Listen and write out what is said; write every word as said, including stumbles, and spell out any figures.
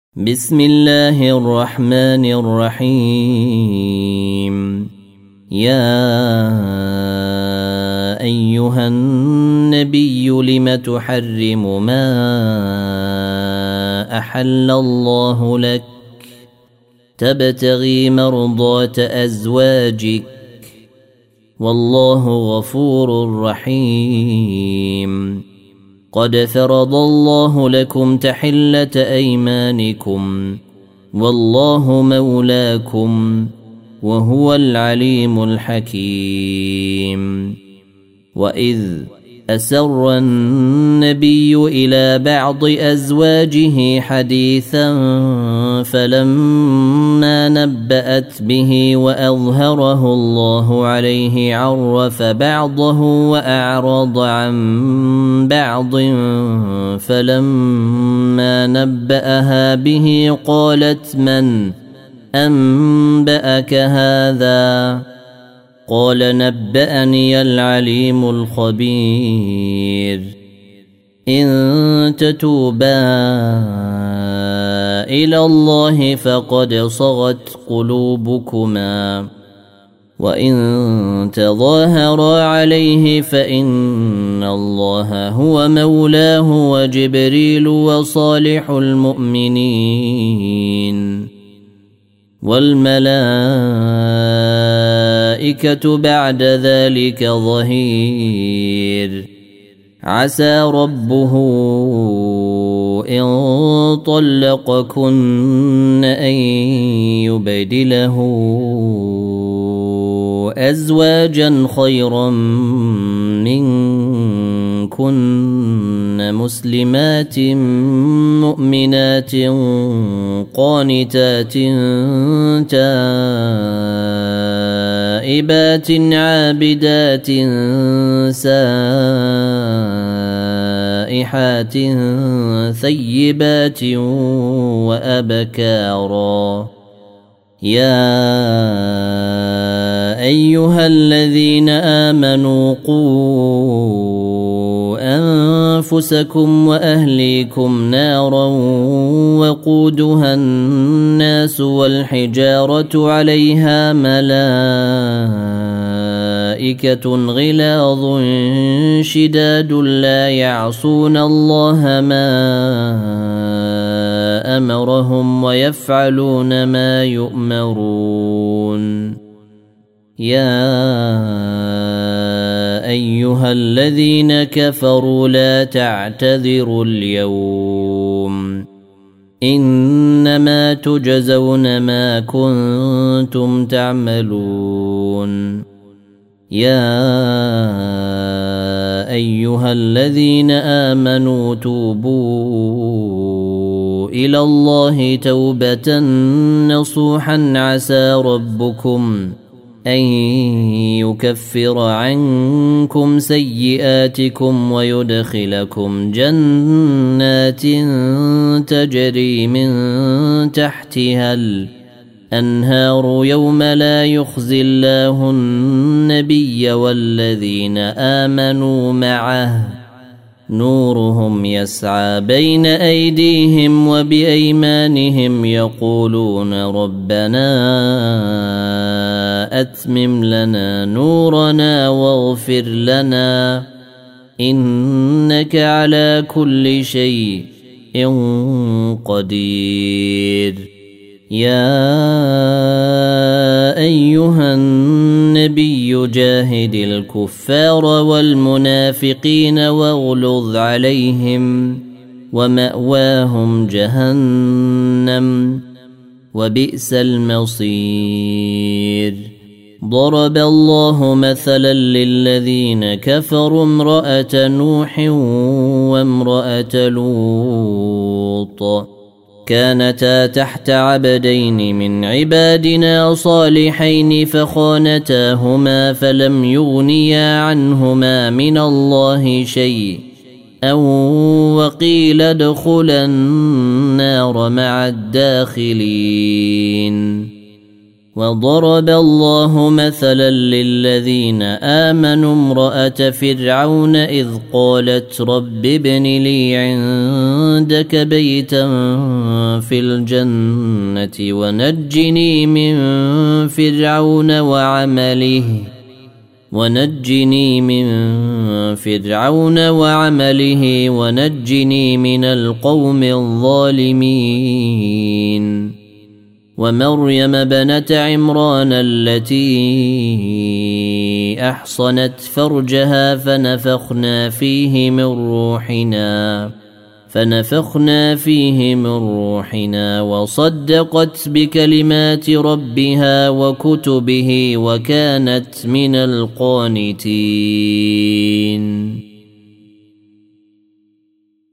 بسم الله الرحمن الرحيم. يا أيها النبي لم تحرم ما أحل الله لك تبتغي مرضات أزواجك والله غفور رحيم. قد فرض الله لكم تحلة أيمانكم والله مولاكم وهو العليم الحكيم. وإذ أسر النبي إلى بعض أزواجه حديثا فلما نبأت به وأظهره الله عليه عرف بعضه وأعرض عن بعض فلما نبأها به قالت من أنبأك هذا؟ قال نبأني العليم الخبير. إن تتوبا إلى الله فقد صغت قلوبكما وإن تظاهرا عليه فإن الله هو مولاه وجبريل وصالح المؤمنين والملائكة بعد ذلك ظهير. عسى ربه إن طلقكن أن يبدله أزواجا خيرا منكن مسلمات مؤمنات قانتات تائبات عابدات سائحات ثيبات وأبكارا. يا أيها الذين آمنوا قوا أنفسكم وأهليكم نارا وقودها الناس والحجارة عليها ملائكة غلاظ شداد لا يعصون الله ما أمرهم ويفعلون ما يؤمرون. يا أيها الذين كفروا لا تعتذروا اليوم إنما تجزون ما كنتم تعملون. يا أيها الذين آمنوا توبوا إلى الله توبة نصوحا عسى ربكم أن يكفر عنكم سيئاتكم ويدخلكم جنات تجري من تحتها الأنهار يوم لا يخزي الله النبي والذين آمنوا معه نورهم يسعى بين أيديهم وبأيمانهم يقولون ربنا أتمم لنا نورنا واغفر لنا إنك على كل شيء قدير. يا أيها النبي جاهد الكفار والمنافقين واغلظ عليهم ومأواهم جهنم وبئس المصير. ضرب الله مثلا للذين كفروا امرأة نوح وامرأة لوط كانتا تحت عبدين من عبادنا صالحين فخانتاهما فلم يغنيا عنهما من الله شيء أو وقيل ادخلا النار مع الداخلين. وضرب الله مثلا للذين آمنوا امرأة فرعون إذ قالت رب ابن لي عندك بيتا في الجنة ونجني من فرعون وعمله ونجني من فرعون وعمله ونجني من القوم الظالمين ومريم بنت عمران التي أحصنت فرجها فنفخنا فيه من روحنا فنفخنا فيه من روحنا وصدقت بكلمات ربها وكتبه وكانت من القانتين